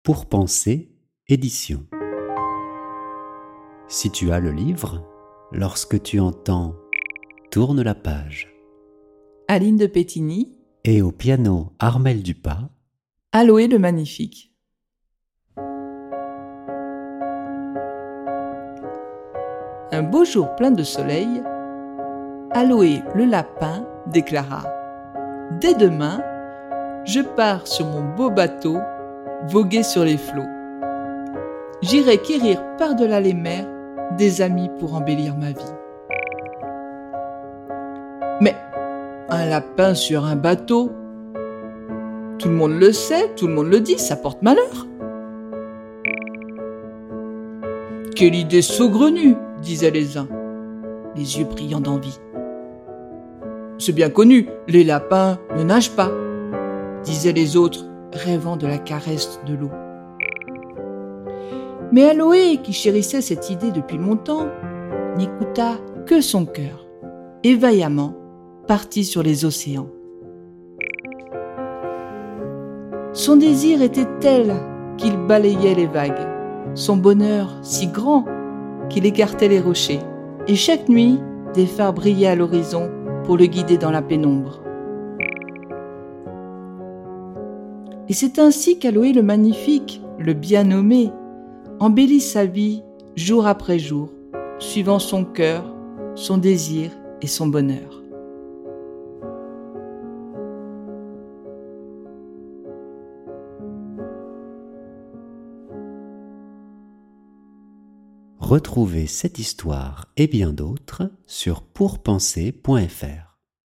Pour penser, édition. Si tu as le livre, lorsque tu entends « Tourne la page » Aline de Pétigny et au piano Armel Dupas, Aloé le Magnifique. Un beau jour plein de soleil, Aloé le lapin déclara « Dès demain, je pars sur mon beau bateau voguer sur les flots. J'irai quérir par-delà les mers des amis pour embellir ma vie. » Mais un lapin sur un bateau, tout le monde le sait, tout le monde le dit, ça porte malheur. « Quelle idée saugrenue !» disaient les uns, les yeux brillants d'envie. « C'est bien connu, les lapins ne nagent pas !» disaient les autres, rêvant de la caresse de l'eau. Mais Aloé, qui chérissait cette idée depuis longtemps, n'écouta que son cœur et vaillamment partit sur les océans. Son désir était tel qu'il balayait les vagues, son bonheur si grand qu'il écartait les rochers, et chaque nuit, des phares brillaient à l'horizon pour le guider dans la pénombre. Et c'est ainsi qu'Aloé le Magnifique, le bien nommé, embellit sa vie jour après jour, suivant son cœur, son désir et son bonheur. Retrouvez cette histoire et bien d'autres sur pourpenser.fr.